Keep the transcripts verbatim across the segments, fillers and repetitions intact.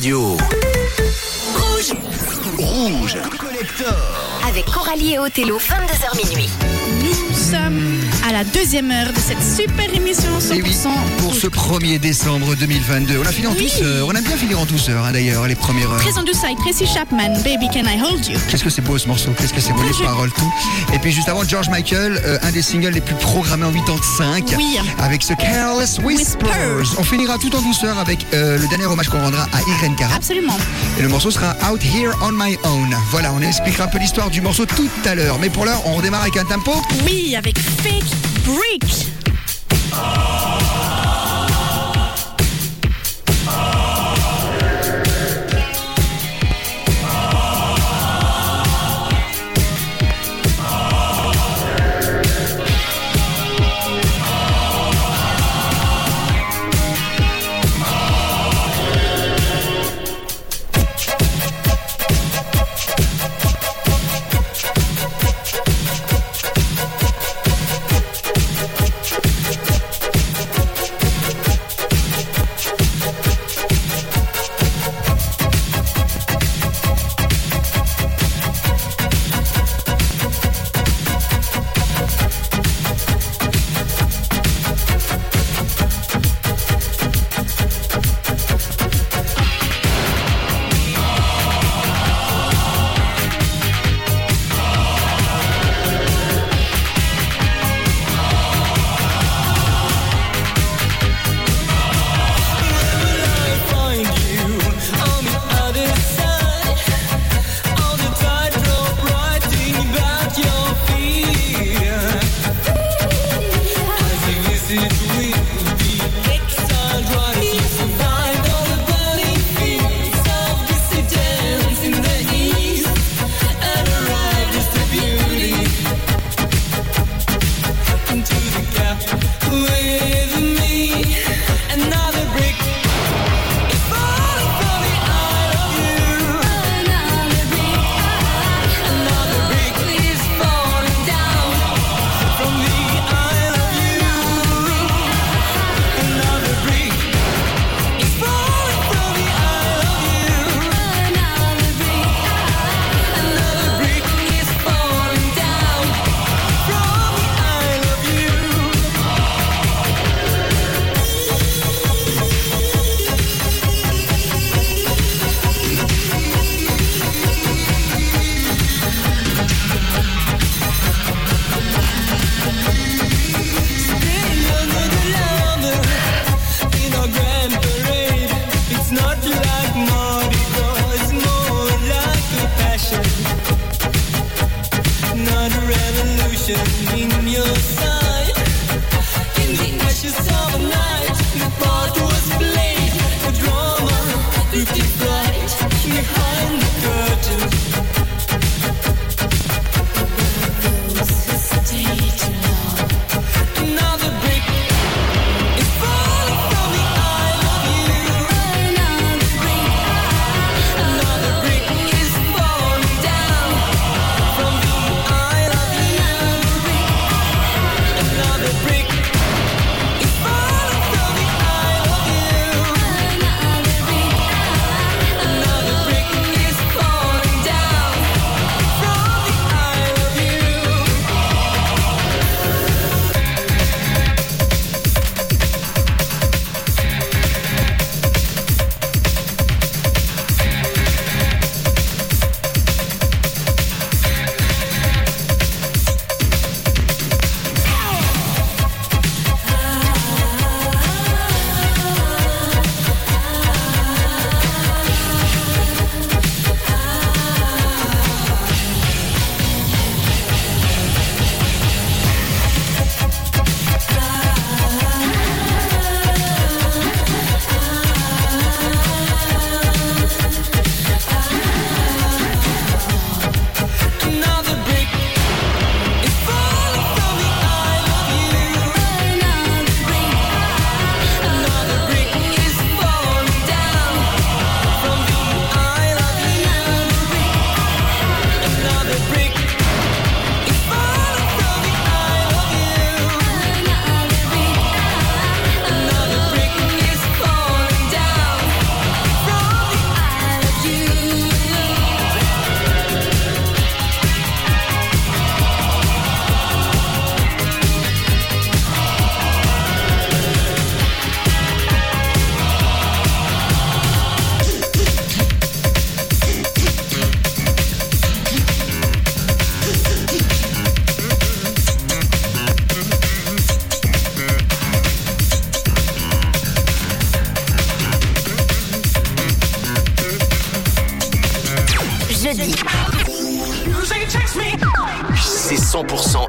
radio. Rouge. Rouge. Collector. Avec Coralie et Othello, vingt-deux heures minuit. Nous sommes à la deuxième heure de cette super émission cent pour cent. Et oui, pour ce premier décembre deux mille vingt-deux. On a fini en Oui. douceur. On aime bien finir en douceur, hein, d'ailleurs, les premières heures. Très en douce avec Tracy Chapman, Baby Can I Hold You. Qu'est-ce que c'est beau ce morceau, qu'est-ce que c'est beau, Ah, les je- paroles, tout. Et puis juste avant, George Michael, euh, un des singles les plus programmés en quatre-vingt-cinq. Oui. Avec ce Careless Whispers. Whispers. On finira tout en douceur avec euh, le dernier hommage qu'on rendra à Irene Cara. Absolument. Et le morceau sera Out Here on My Own. Voilà, on expliquera un peu l'histoire du morceau tout à l'heure. Mais pour l'heure, on redémarre avec un tempo. Oui, avec Fake Break.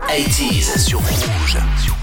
quatre-vingt-dix sur Rouge.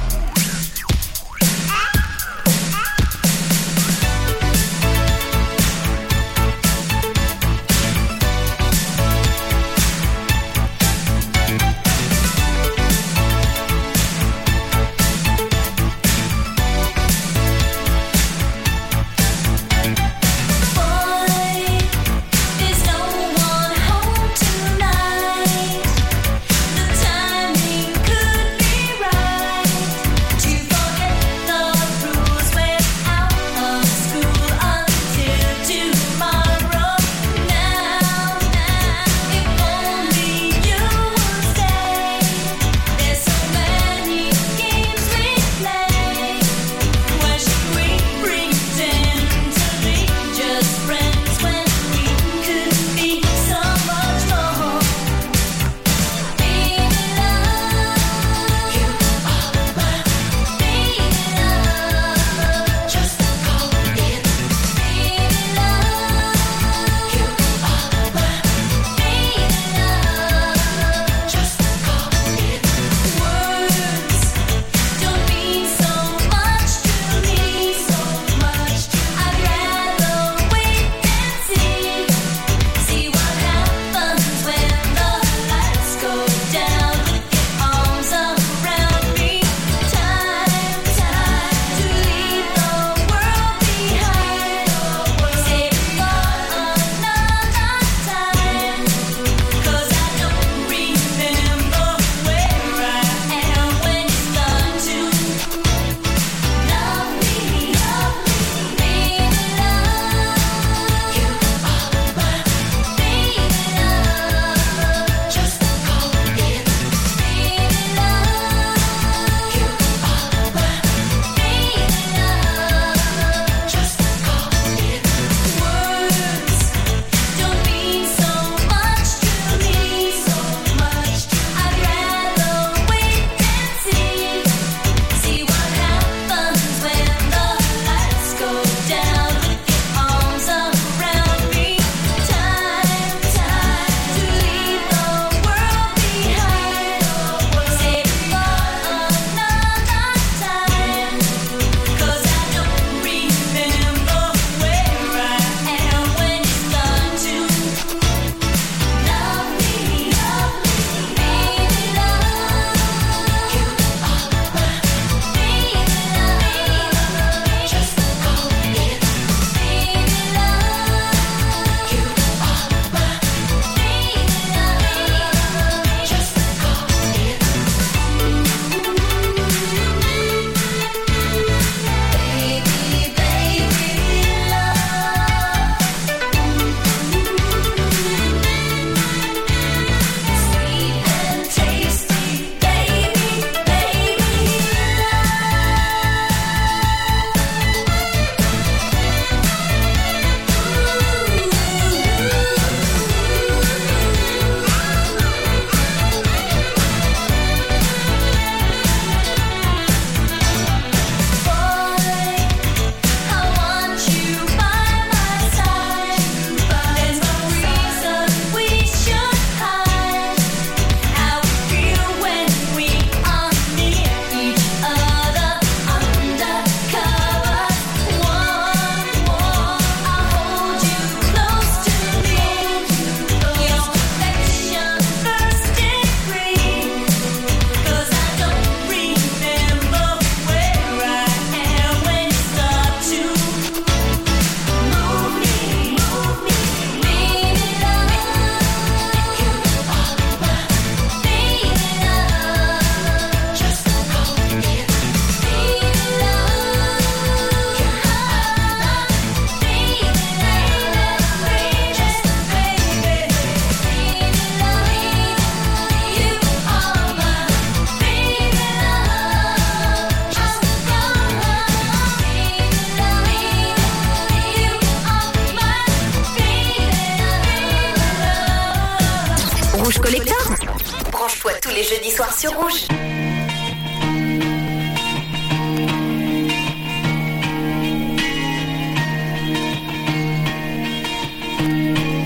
Rouge Collector. Branche-toi tous les jeudis soirs sur Rouge.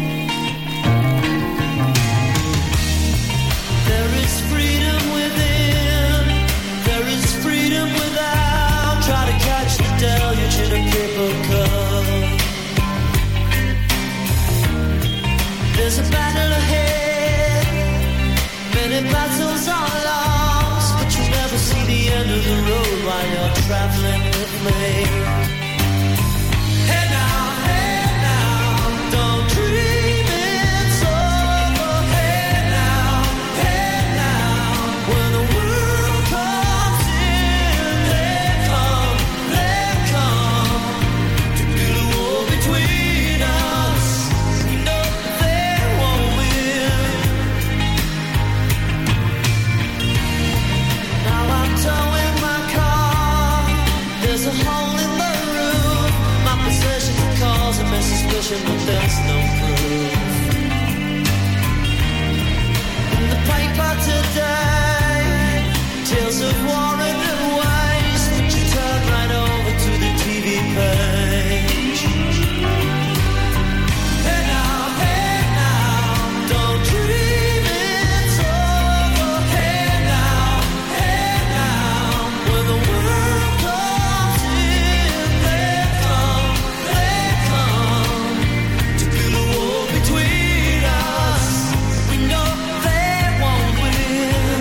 There is freedom within. end of the road while you're traveling with me. Hey now, hey now, don't dream it's over. Hey now, hey now, when the world comes in, they come, they come to build a wall between us. We know they won't win. Now I'm towing my car. There's a hole in the roof. My possession can cause a suspicion, but there's no proof. In the paper today, tales of war and waste. But you turn right over to the T V page. Hey now, hey now, don't dream it's over. Hey now, hey now, when the world comes in, they come, they come to build a wall between us. We know they won't win.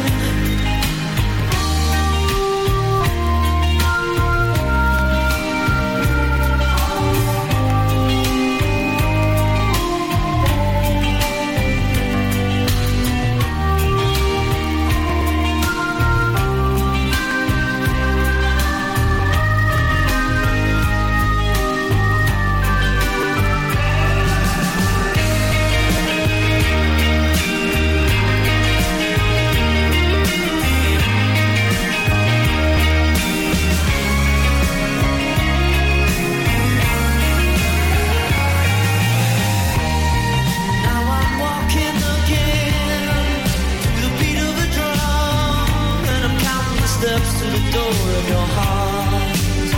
Now I'm walking again to the beat of a drum, and I'm counting the steps to the door of your heart.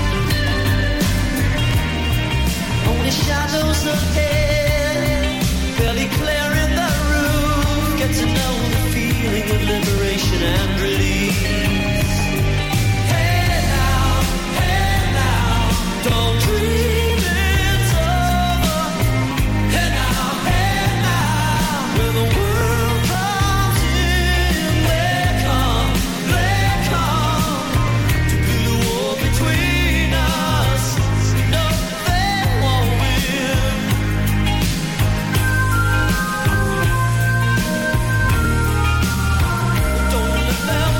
Only shadows ahead, barely clearing the roof. Get to know the feeling of liberation and release. Hey now, hey now, don't dream it's over. Hey now, hey now, when the world comes in, they come, they come to build a wall between us. No, they won't win. Don't let them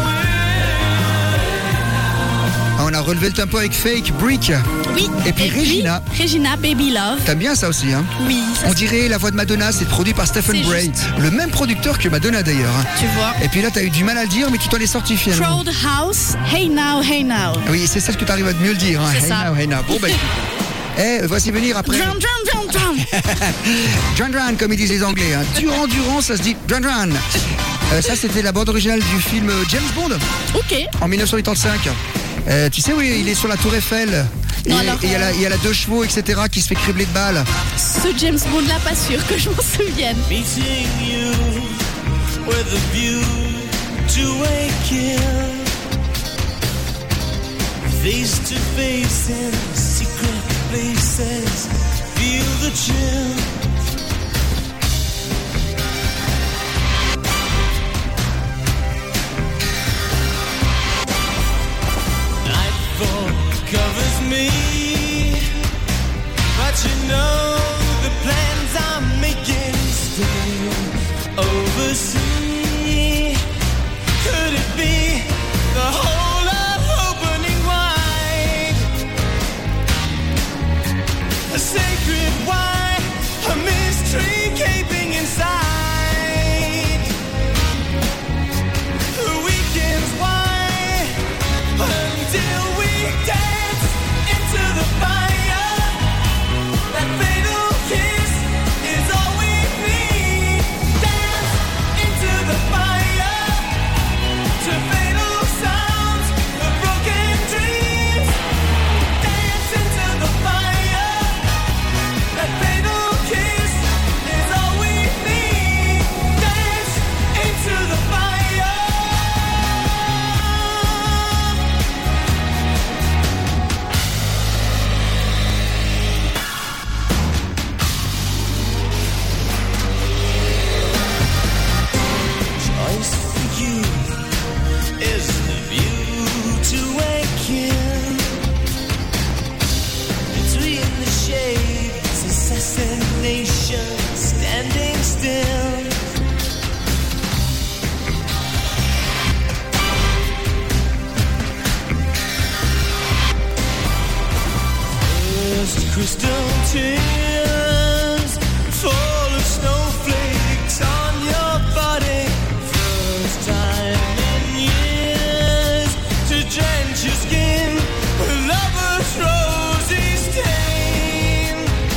win. On a relevé le tempo avec Fake, Brick. Oui. Et puis Regina. Regina, Baby Love. T'aimes bien ça aussi, hein? Oui, ça, On dirait la voix de Madonna, c'est produit par Stephen C'est Bray, juste. le même producteur que Madonna d'ailleurs. hein. tu vois. Et puis là, t'as eu du mal à le dire, mais tu t'en es sorti finalement. Crowd House, Hey Now, Hey Now. Oui, c'est celle que t'arrives à mieux le dire. hein. C'est Hey ça. now, hey now. Bon, ben. Eh, voici venir après. Drum, drum, drum, drum. Dran Dran, comme ils disent les Anglais. hein. Durand Durand, ça se dit Dran Dran. Euh, ça, c'était la bande originale du film James Bond Ok. en mille neuf cent quatre-vingt-cinq. Euh, tu sais, oui, il est sur la Tour Eiffel. Et Non, alors, et il y, a la- euh, il y a la deux chevaux, et cetera, qui se fait cribler de balles. Ce James Bond là, pas sûr que je m'en souvienne. Meeting you with a view to a kill. Face to face in secret places. Feel the chill. Nightfall covers me, but you know the plans I'm making stay overseas. Could it be the whole of opening wide? A sacred wine, a tears fall of snowflakes on your body. First time in years to drench your skin with lover's rosy stain.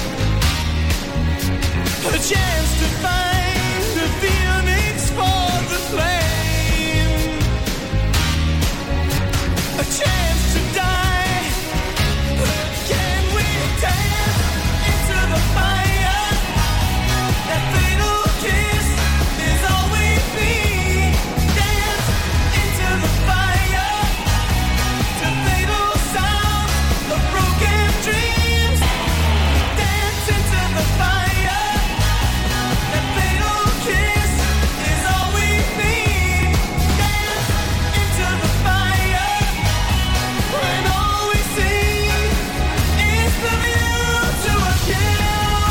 A chance to find the phoenix for the flame. A chance to die. Can we dance into the fire? That fatal kiss is all we need. Dance into the fire. To fatal sound of broken dreams. Dance into the fire. That fatal kiss is all we need. Dance into the fire. When all we see is the view to a kill.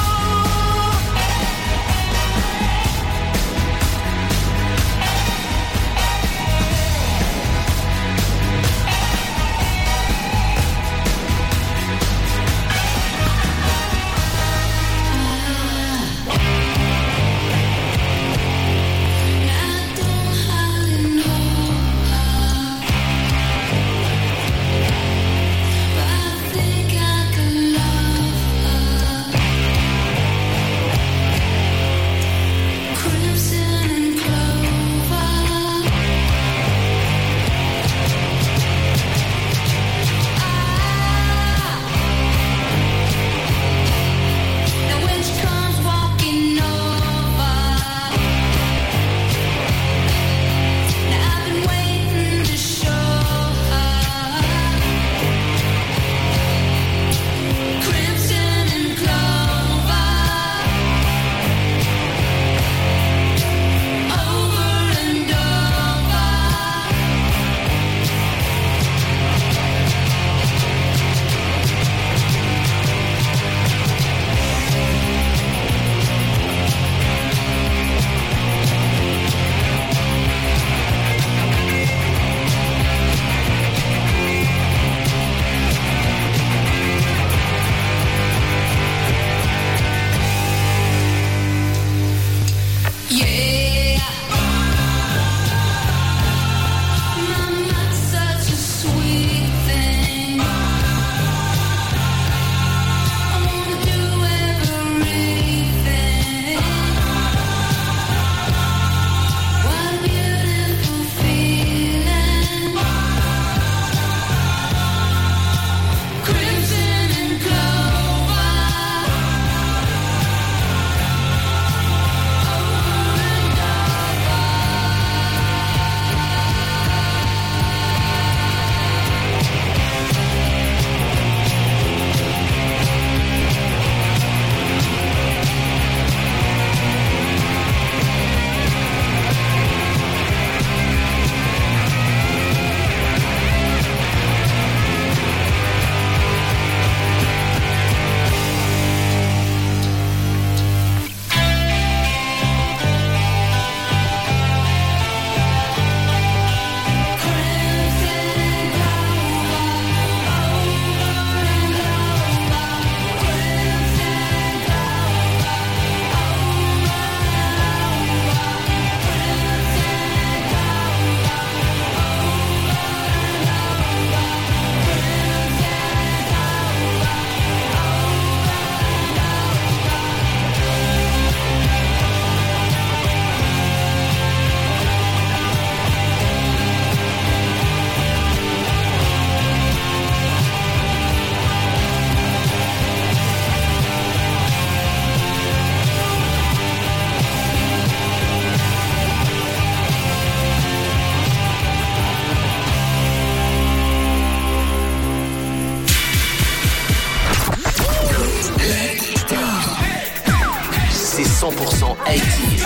cent pour cent Haïti.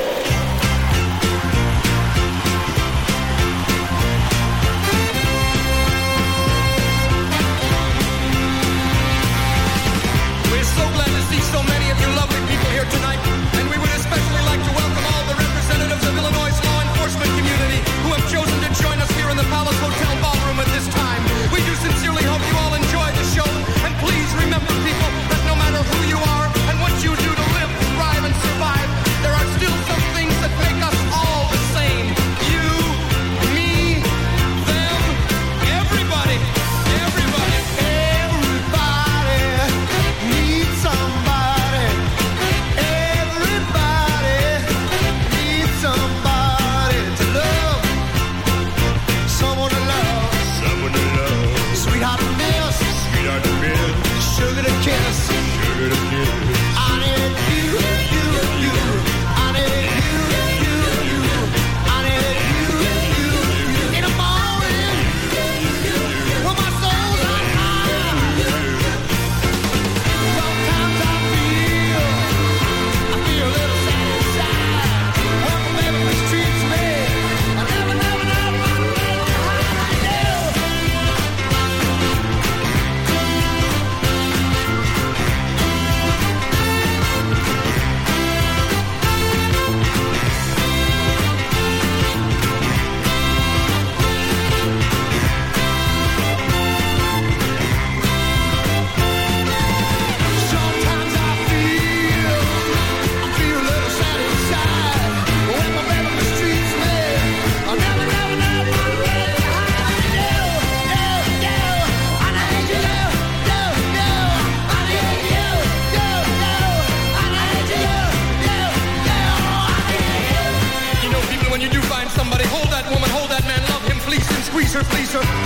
We're so glad to see so many of you lovely people here tonight, and we would especially like to welcome all the representatives of Illinois' law enforcement community who have chosen to join us here in the Palace Hotel ballroom at this time. We do sincerely hope you all enjoy the show, and please remember, people, that no matter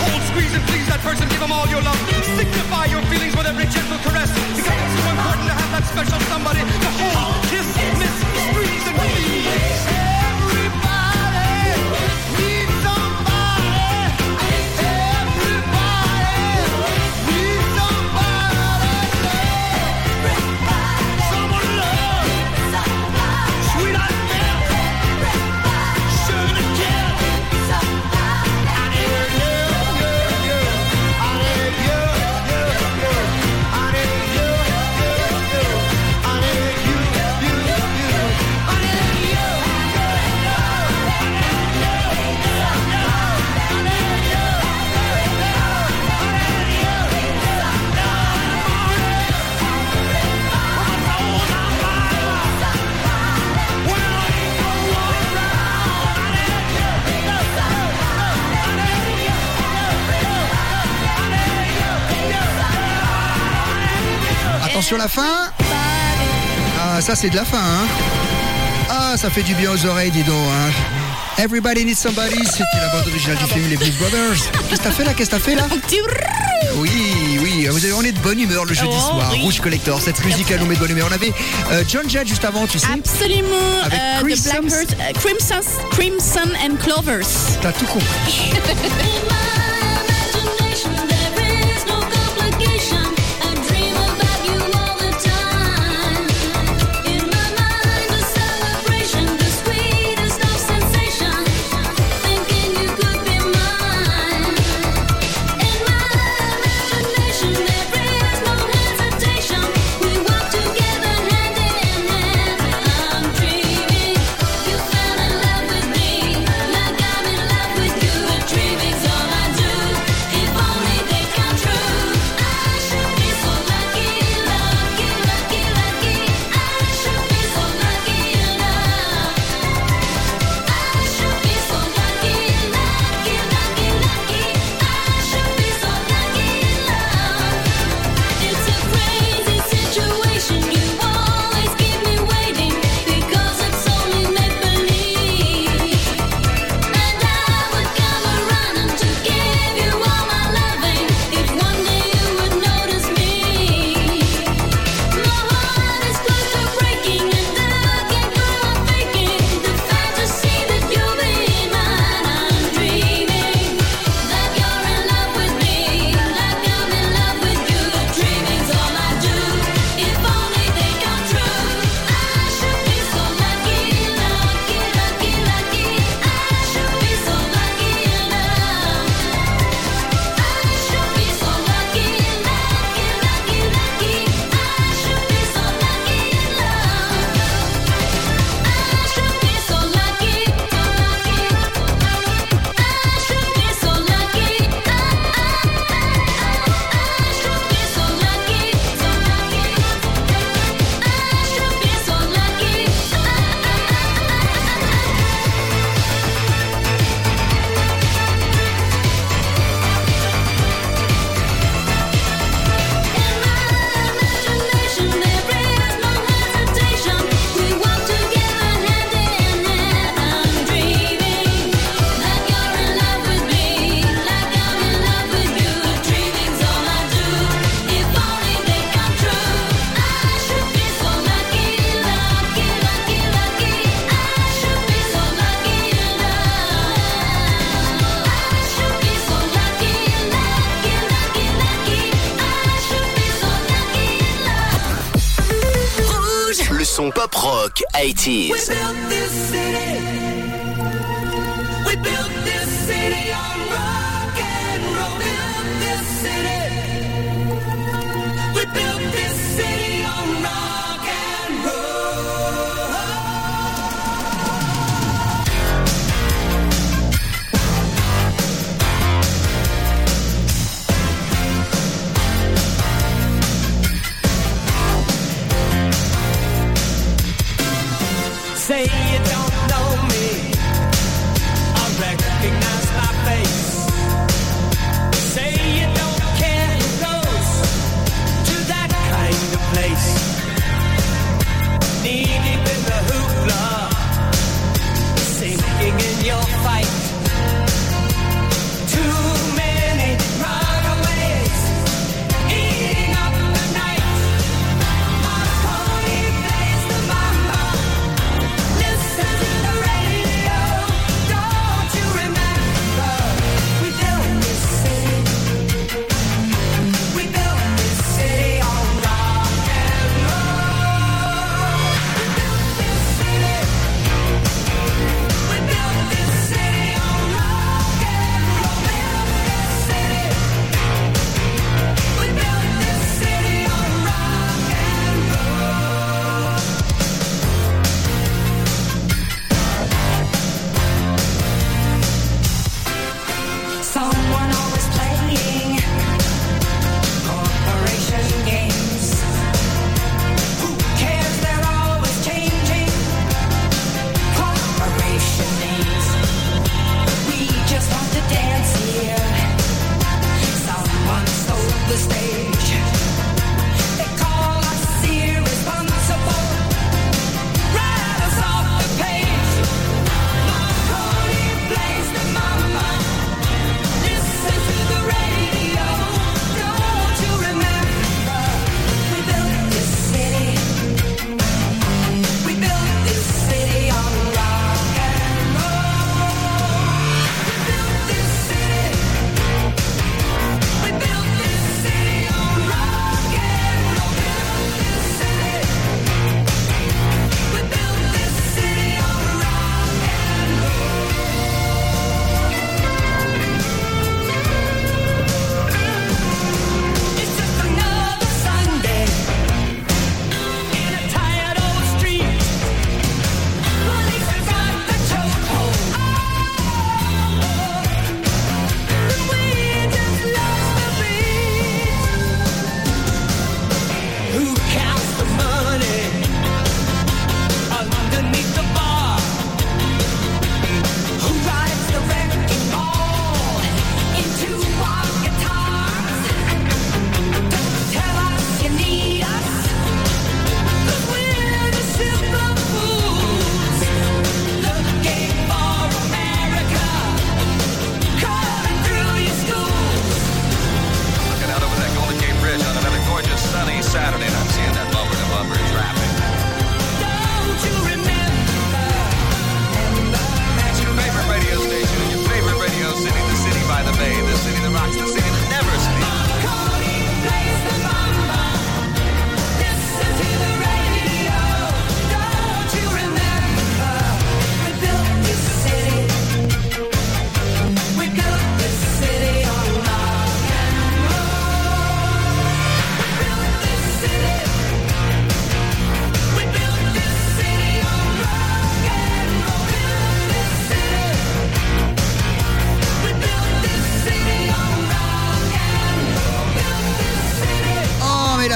hold, squeeze, and please that person. Give them all your love. Signify your feelings with every gentle caress. Because it's so important to have that special somebody to hold, kiss, miss, squeeze, and please. Attention la fin. Ah, ça c'est de la fin, hein. Ah, ça fait du bien aux oreilles, dis donc, hein. Everybody Needs Somebody, c'était la bande originale du film Les Blues Brothers. Qu'est-ce que t'as fait là Qu'est-ce que t'as fait là Oui, oui, vous avez, on est de bonne humeur le jeudi Oh, soir. oui. Rouge Collector, cette musique elle nous met de bonne humeur. On avait euh, John Jett juste avant, tu sais. Absolument. Avec euh, The Crimson. Blackbirds, euh, Crimson, Crimson and Clovers. T'as tout compris. Son pop rock eighties. We built this city. We built this city on rock and roll. Built this city. We built this city on rock and roll. Say you don't know me, I recognize my face.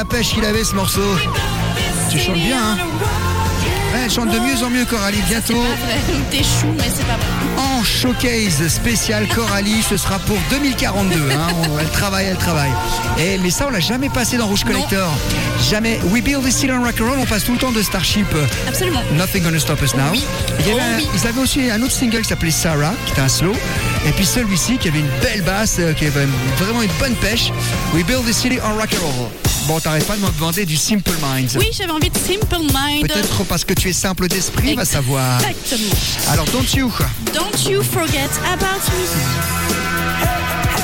la pêche qu'il avait ce morceau. Tu chantes bien, hein? Ouais, elle chante de mieux en mieux, Coralie. Bientôt, T'es chou, mais c'est pas vrai. en showcase spécial Coralie, ce sera pour deux mille quarante-deux. Hein. On- elle travaille, elle travaille. Et, mais ça, on l'a jamais passé dans Rouge Collector. Jamais. We Build This City on Rock and Roll, on passe tout le temps de Starship. Absolument. Nothing Gonna Stop Us Now. Oui. Il y avait Oh un- oui. Ils avaient aussi un autre single qui s'appelait Sarah, qui était un slow. Et puis celui-ci qui avait une belle basse, euh, qui avait vraiment une bonne pêche. We Build This City on Rock and Roll. Bon, t'arrêtes pas de me demander du Simple Minds. Oui, j'avais envie de Simple Mind. Peut-être parce que tu es simple d'esprit, va savoir. Exactement. Alors, Don't You. Don't you forget about me.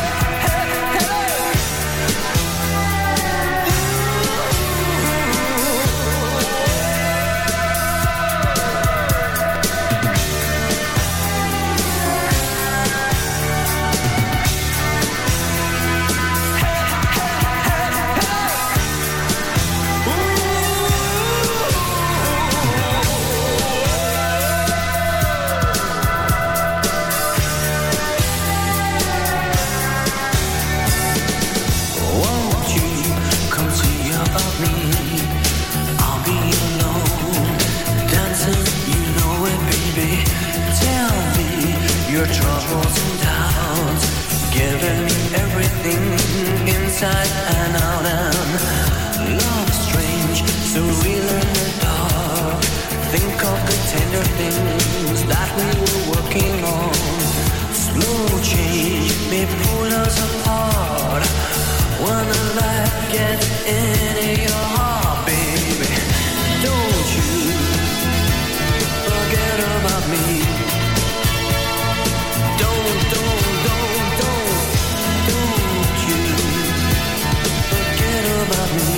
Won't you come see about me? I'll be alone, dancing, you know it, baby. Tell me your troubles and doubts, giving me everything inside and out. And love strange, so real in the dark. Think of the tender things that we were working on. Slow change may pull us apart. When the light gets into your heart, baby, don't you forget about me. Don't, don't, don't, don't, don't you forget about me.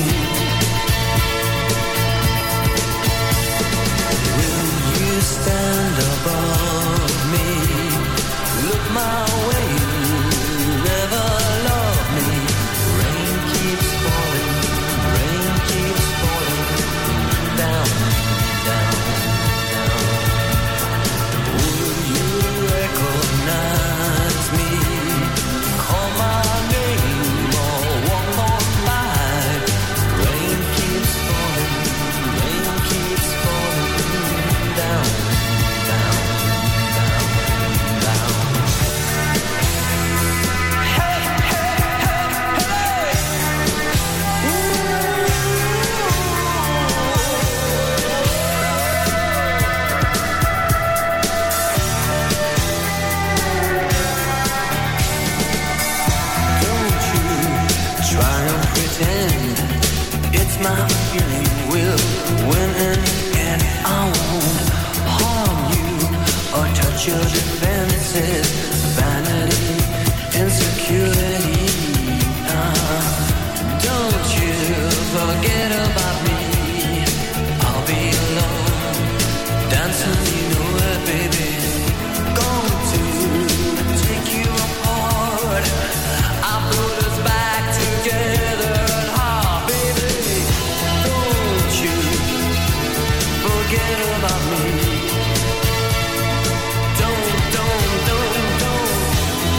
Will you stand above me? Look my way, never love me. Rain keeps falling, rain keeps falling down, down, down. Would you recognize me? Call my name or walk on by. Rain keeps falling, rain keeps falling down, down, down, down. Don't you try and pretend it's my feeling. We'll win in the end. I won't harm you or touch your defenses. Vanity, insecurity. Uh, don't you forget about me. I'll be alone, dancing, you know it, baby. Going to take you apart. I put us back together and heart, baby. Don't you forget about me. Don't, don't, don't, don't,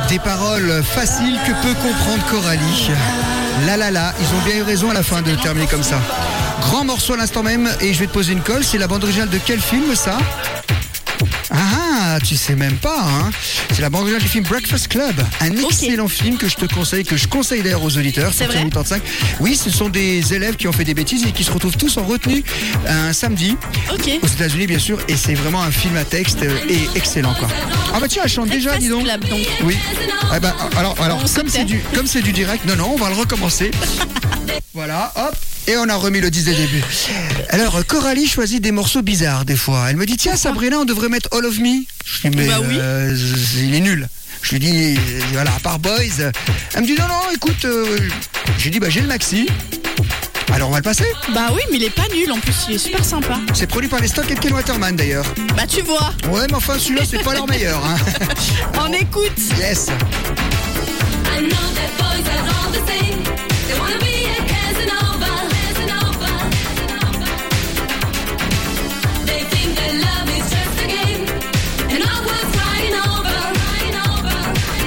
Des paroles faciles que peut comprendre Coralie. La la la, ils ont bien eu raison à la fin de terminer comme ça. Grand morceau à l'instant même, et je vais te poser une colle. C'est la bande originale de quel film, ça ? Ah, tu sais même pas, hein. C'est la bande originale du film Breakfast Club. Un excellent okay. film que je te conseille, que je conseille d'ailleurs aux auditeurs. C'est vrai ? Oui, ce sont des élèves qui ont fait des bêtises et qui se retrouvent tous en retenue un samedi. Okay. Aux États-Unis, bien sûr. Et c'est vraiment un film à texte et excellent, quoi. Ah bah tiens, elle chante déjà, dis donc. Club, donc. Oui. Eh ben, alors, alors comme c'est du, comme c'est du direct, non, non, on va le recommencer. Voilà, hop. Et on a remis le dix dès le début. Alors, Coralie choisit des morceaux bizarres, des fois. Elle me dit, tiens, Sabrina, on devrait mettre All of Me. Je dis, mais bah oui. euh, il est nul. Je lui dis, voilà, à part Boys. Elle me dit, non, non, écoute, euh, j'ai dit, bah, j'ai le maxi. Alors, on va le passer. Bah oui, mais il est pas nul, en plus, il est super sympa. C'est produit par les Stock et Ken Waterman, d'ailleurs. Bah, tu vois. Ouais, mais enfin, celui-là, c'est pas leur meilleur, hein. On écoute. Yes. I know that boys are all the same. They wanna be a Casanova, Casanova. They think that love is just a game, and all was crying over, crying over.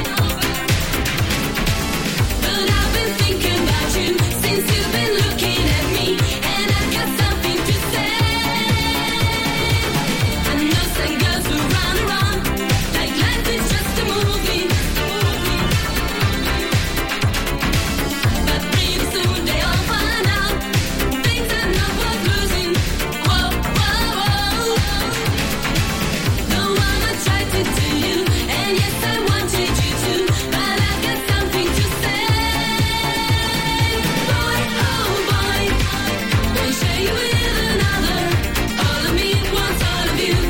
But I've been thinking about you since you've been looking at me, and I've got something to say. I know some girls who run around like life is just a movie. But pretty soon they all find out things are not worth losing. Whoa, whoa, whoa. Don't wanna try to tell you, and yes I wanted you to, but I got something to say. Boy, oh boy, won't share you with another. All of me wants all of you.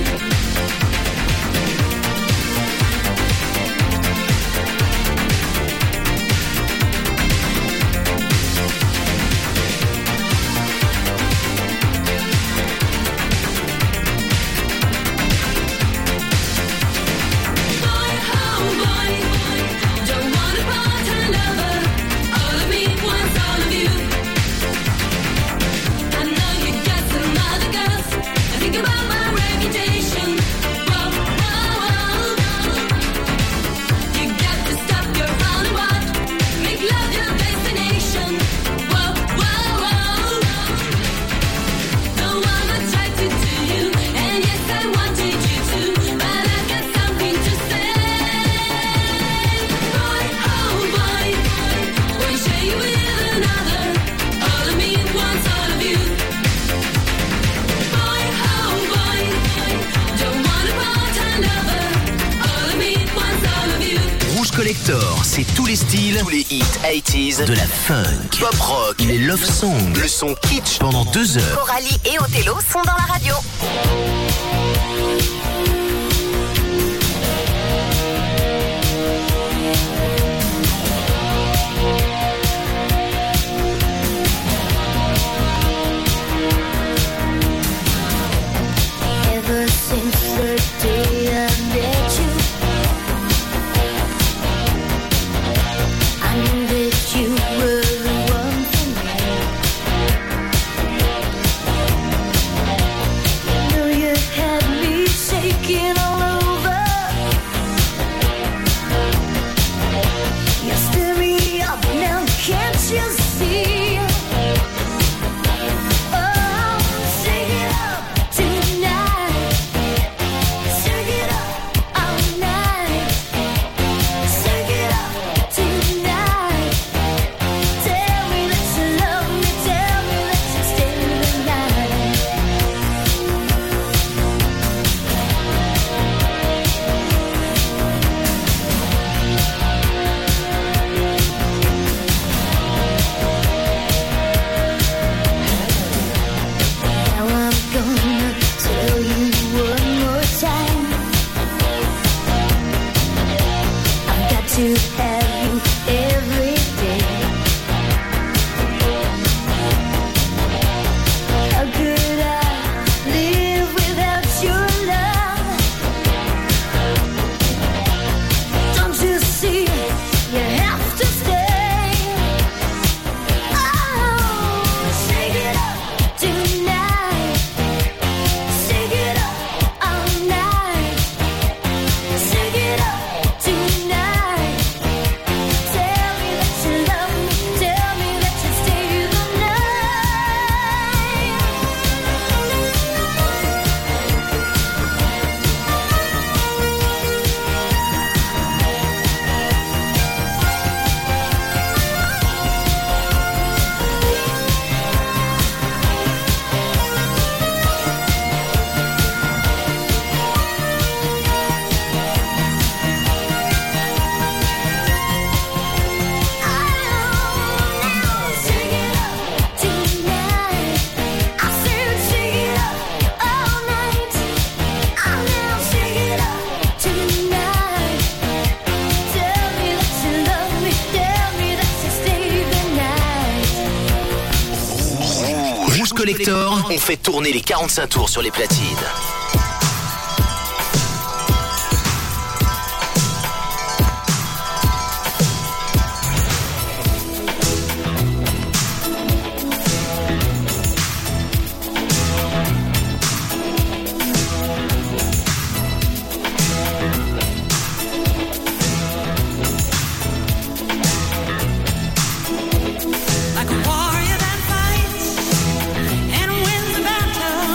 Boy, oh boy, don't want a part-time lover. All of me wants all of you. I know you got some other girls. I think about my reputation. Whoa, whoa, whoa. You got to stop your running wild. Make love your destination. Whoa, whoa, whoa. Don't wanna try to do you, and yes I wanted you to, but I got something to say. Boy, oh boy, won't share you with another. All of me wants all of you. Boy, oh boy, don't want a part-time lover. All of me wants all of you. Rouge Collector, c'est tous les styles, tous les hits quatre-vingt-dix, de la funk, pop rock, les love songs, le son kitsch pendant deux heures. Coralie et Othello sont dans la radio. Ever since the day I met you, I knew that you were the one for me. You know you had me shaking all over. You stir me up now, can't you see? Oh, shake it up tonight. Shake it up all night. Shake it up tonight. Tell me that you love me. Tell me that you stay the night. Now I'm gonna tell you one more time. I've got to have you every day. How could I live without your love? Don't you see? You have to stay. Oh, shake it up tonight. Shake it up all night. Shake it up tonight. Collector, on fait tourner les quarante-cinq tours sur les platines. Like a warrior that fights and wins the battle.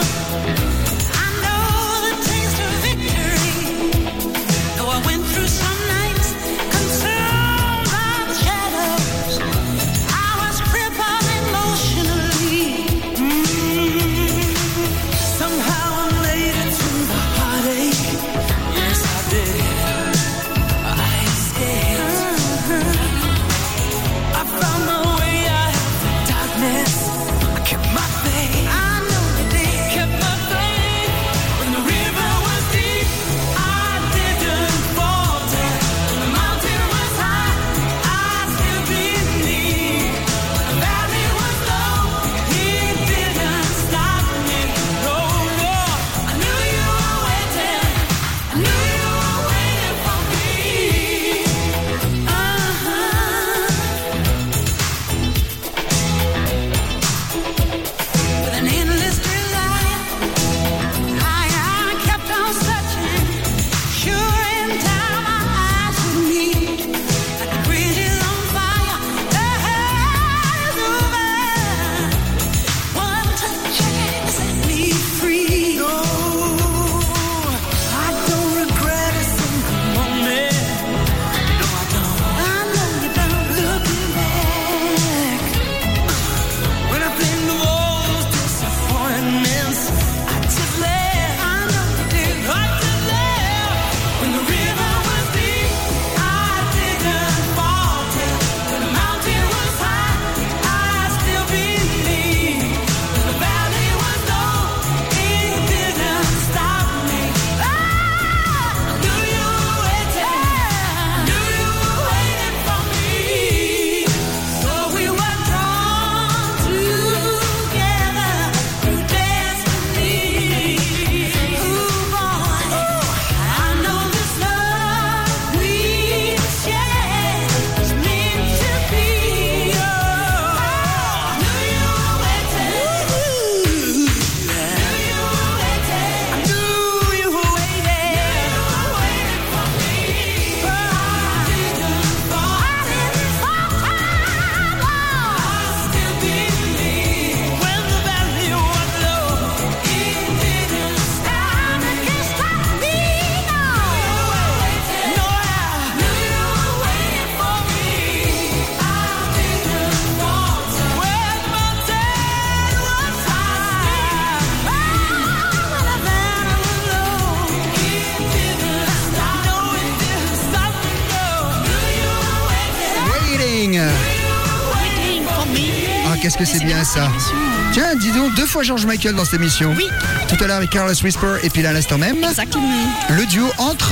qu'est-ce que c'est bien ça. Tiens, dis donc, deux fois George Michael dans cette émission. Oui. Tout à l'heure avec Carlos Whisper et puis là à l'instant même. Exactement. Le duo entre...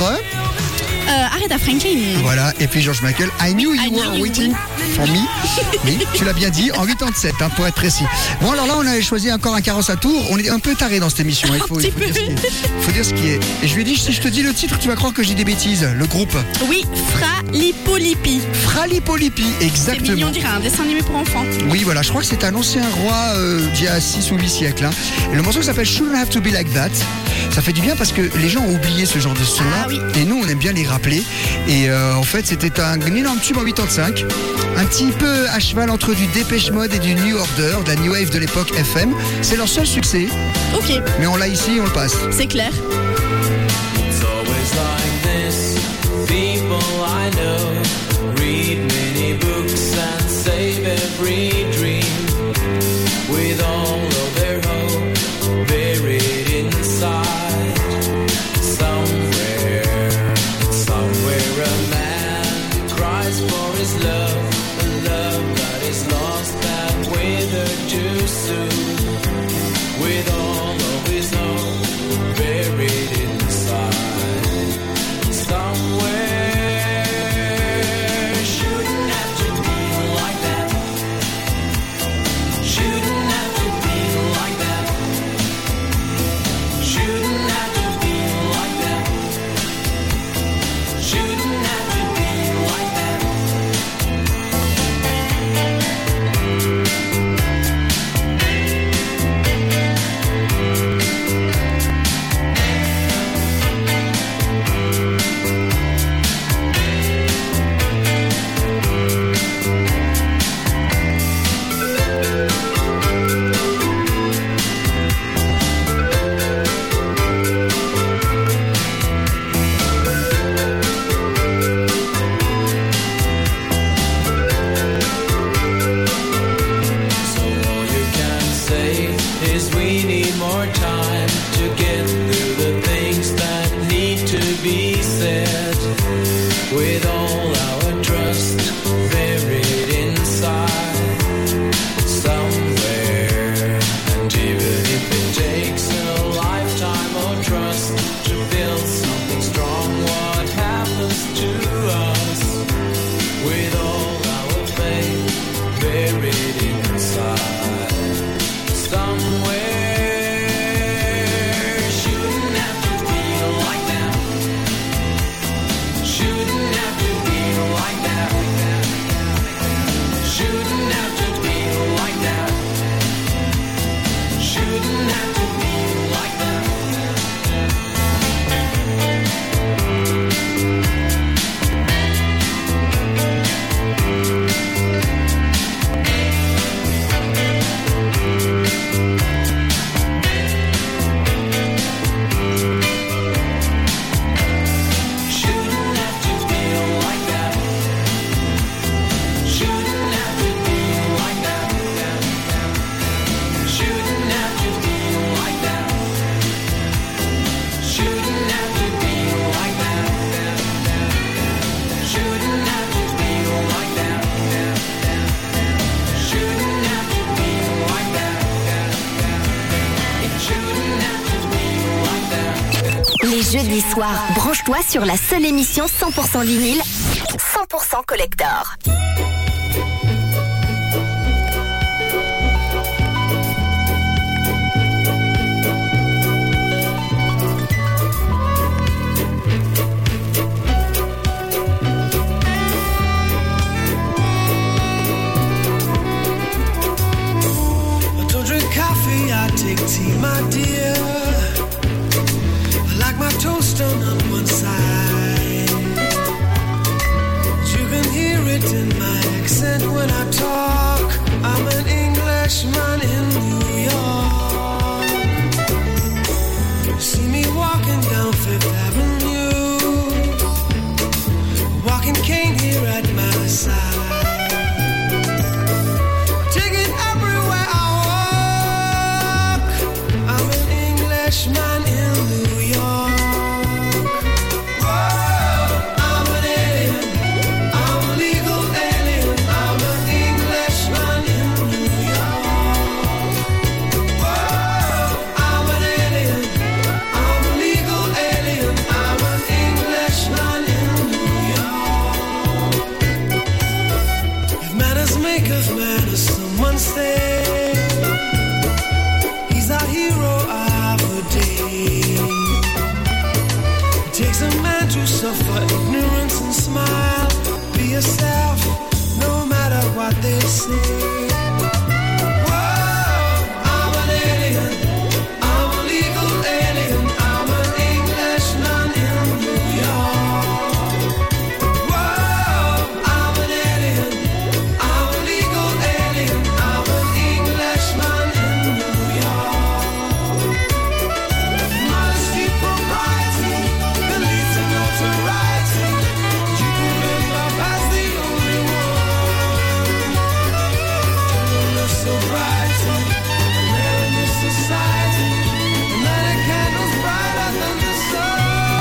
Euh, Aretha Franklin. Voilà, et puis George Michael, I knew you I were knew you waiting would. for me. Oui, tu l'as bien dit, en quatre-vingt-dix-sept, hein, pour être précis. Bon, alors là, on avait choisi encore un carrosse à tour. On est un peu taré dans cette émission. Il faut, Un il faut petit dire ce qui peu. est. faut dire ce qui est. Et je lui ai dit, si je te dis le titre, tu vas croire que j'ai des bêtises. Le groupe Oui, Fralipolipi. Fralipolipi, C'est exactement. mignon, on dirait un dessin animé pour enfants. Oui, voilà, je crois que c'est un ancien roi euh, d'il y a six ou huit siècles. Hein. Et le morceau s'appelle Shouldn't Have to Be Like That. Ça fait du bien parce que les gens ont oublié ce genre de son-là. Ah oui. Et nous, on aime bien les rappeler. Et euh, en fait, c'était un énorme tube en quatre-vingt-quinze. Un petit peu à cheval entre du Dépêche Mode et du New Order, de la New Wave de l'époque F M. C'est leur seul succès. Ok, Mais on l'a ici, on le passe. c'est clair. It's always like this. People I know read many books and save every dream with all of their hope buried inside. Somewhere, somewhere a man cries for his love, a love that is lost and withered too soon. With all of his hope buried inside. Somewhere shouldn't have to be like that. Shouldn't have to be like that. jeudis soirs. Branche-toi sur la seule émission cent pour cent vinyle, cent pour cent collector. I take tea, my dear. I like my toast done on one side. You can hear it in my accent when I talk. I'm an Englishman in New York. See me walking down Fifth Avenue, walking cane here at my side. Man in New York. Whoa, I'm an alien. I'm a legal alien. I'm an Englishman in New York. Whoa, I'm an alien. I'm a legal alien. I'm an Englishman in New York. If manners make of manners, someone say he's our hero. It takes a man to suffer ignorance and smile. Be yourself, no matter what they say. Whoa, I'm an alien. I'm a legal alien. I'm an Englishman in New York. Whoa, I'm an alien. I'm a legal alien. I'm an Englishman in New York. Modesty, propriety, belief in notoriety. You can live up as the only one. Live so brighty, live in this society. And light a candles brighter than the sun.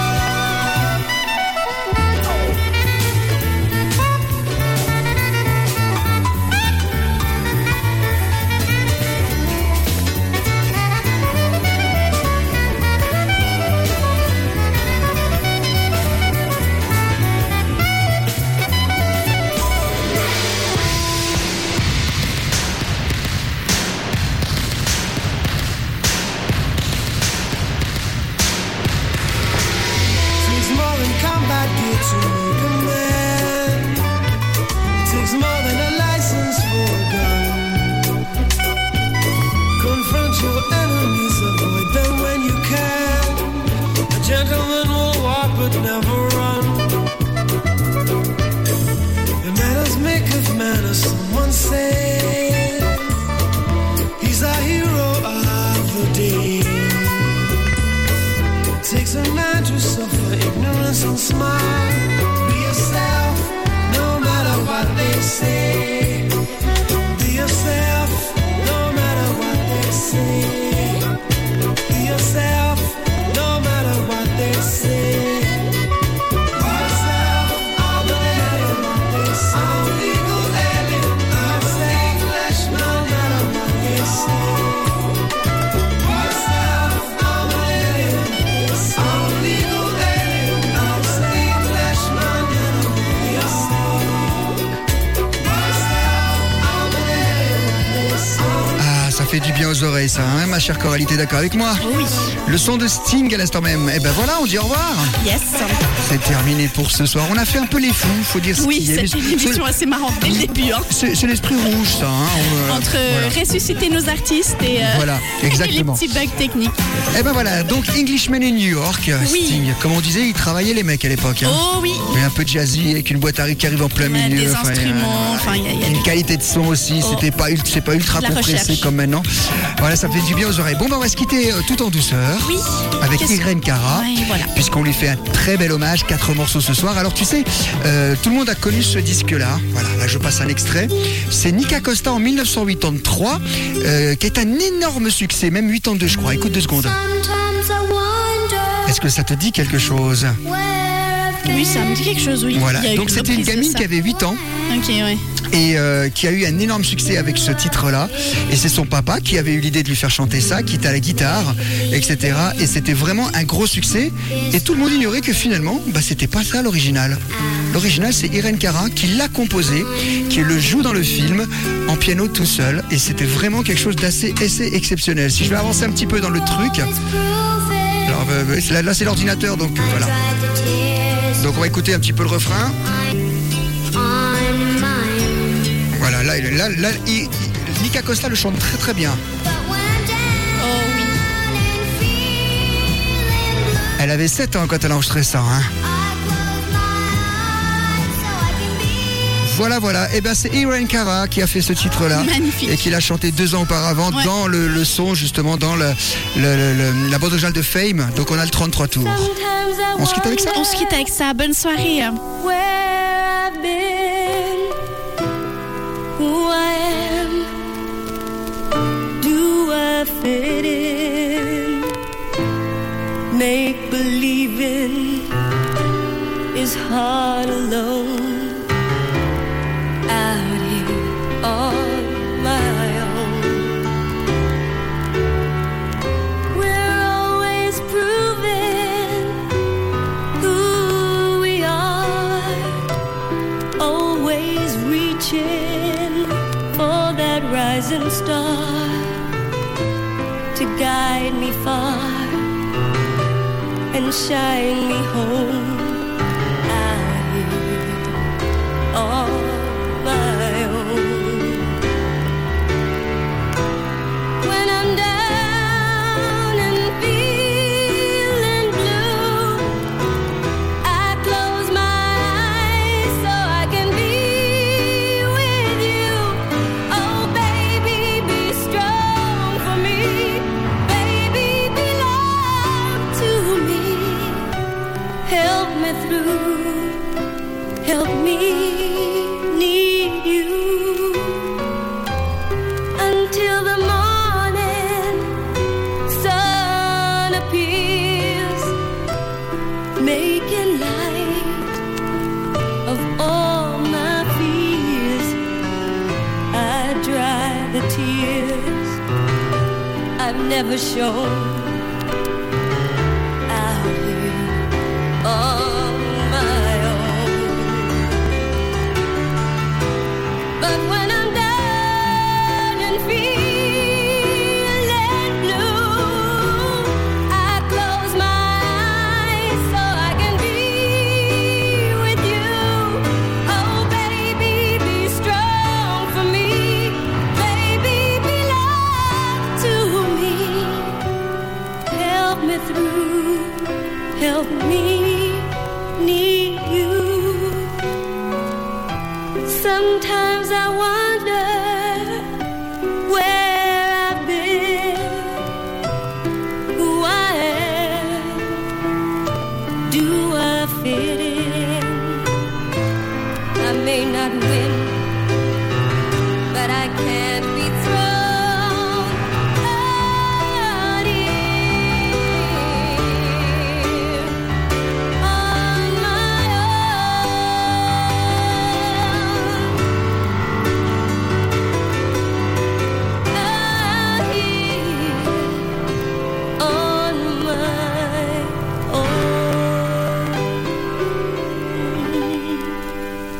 Takes more than combat gear to make a man. Takes more than a license for a gun. Confront your enemies, avoid them when you can. A gentleman will walk but never run. The manners make of manners, someone say. He's our hero of the day. Takes a man to suffer ignorance and smile. Be yourself, no matter what they say. Be yourself, no matter what they say. Be yourself, no matter what they say. Be yourself, I'm an alien. I'm a legal alien. I'm an English, no matter what they say. Be yourself, I'm an alien. I'm a legal alien. I'm an Englishman in New York. Be yourself, I'm an alien. Ah, ça fait du bien aux oreilles, ça, hein, ma chère Coralie, t'es d'accord avec moi? Oui. Le son de Sting à l'instant même. Et ben voilà, on dit au revoir. Yes. C'est terminé pour ce soir. On a fait un peu les fous, faut dire ce Oui, qu'il y a. c'était une émission C'est- assez marrante dès le début. Hein. C'est c'est l'esprit rouge, ça. Hein. On, euh, Entre voilà. ressusciter nos artistes et, euh, Voilà, et les exactement. petits bugs techniques. Et ben voilà, donc Englishman in New York, Oui. Sting. Comme on disait, il travaillait les mecs à l'époque. Hein. Oh oui. Mais un peu jazzy avec une boîte à rythme qui arrive en plein Ouais, milieu. des enfin, instruments, euh, enfin, il y a- il y a une du- qualité de son aussi. Oh. C'était pas, ult- c'est pas ultra De la compressé recherche. comme maintenant. Voilà, ça fait du bien aux oreilles. Bon, ben on va se quitter euh, tout en douceur. Oui. Avec Qu'est-ce- Irène Cara, Ouais, voilà. puisqu'on lui fait un très bel hommage, quatre morceaux ce soir. Alors tu sais, euh, tout le monde a connu ce disque-là. Voilà, là je passe un extrait. C'est Nika Costa en mille neuf cent quatre-vingt-trois, euh, qui est un énorme succès, même quatre-vingt-deux je crois. Écoute deux secondes. Sometimes I wonder Est-ce que ça te dit quelque chose? where Oui, ça me dit quelque chose, oui. Voilà, Il y a eu donc c'était une reprise de gamine ça. qui avait huit ans Ok, ouais. et euh, qui a eu un énorme succès avec ce titre-là. Et c'est son papa qui avait eu l'idée de lui faire chanter ça, qui était à la guitare, et cetera. Et c'était vraiment un gros succès. Et tout le monde ignorait que finalement, bah, c'était pas ça l'original. L'original, c'est Irene Cara qui l'a composé, qui le joue dans le film en piano tout seul. Et c'était vraiment quelque chose d'assez assez exceptionnel. Si je vais avancer un petit peu dans le truc, alors euh, là, là, c'est l'ordinateur, donc euh, voilà. Donc on va écouter un petit peu le refrain. Voilà, là, là, là il, il, Nika Costa le chante très très bien. Oh oui. Elle avait sept ans quand elle a enregistré ça. Hein. Voilà, voilà. Et ben c'est Irene Cara qui a fait ce titre-là. Magnifique. Et qui l'a chanté deux ans auparavant Ouais. dans le, le son, justement, dans le, le, le, le- la bande originale de Fame. Donc on a le trente-trois tours. On se quitte avec ça? On se quitte avec ça. Bonne soirée. hein. Where I've been, who I am, do I fit in? Make believing is hard alone, out here on my own. We're always proving who we are, always reaching for that rising star to guide me far and shine me home, out here on my own. When I'm down and feeling blue, I close my eyes so I can be with you. Oh baby, be strong for me. Baby, belong to me. Help me through, help me need you until the morning sun appears, making light of all my fears. I dry the tears I've never shown, out here on my own. But when I'm down and feeling blue, I close my eyes so I can be with you. Oh baby, be strong for me. Baby, belong to me. Help me through, help me need you. Sometimes I wonder where I've been, who I am, do I fit in? I may not win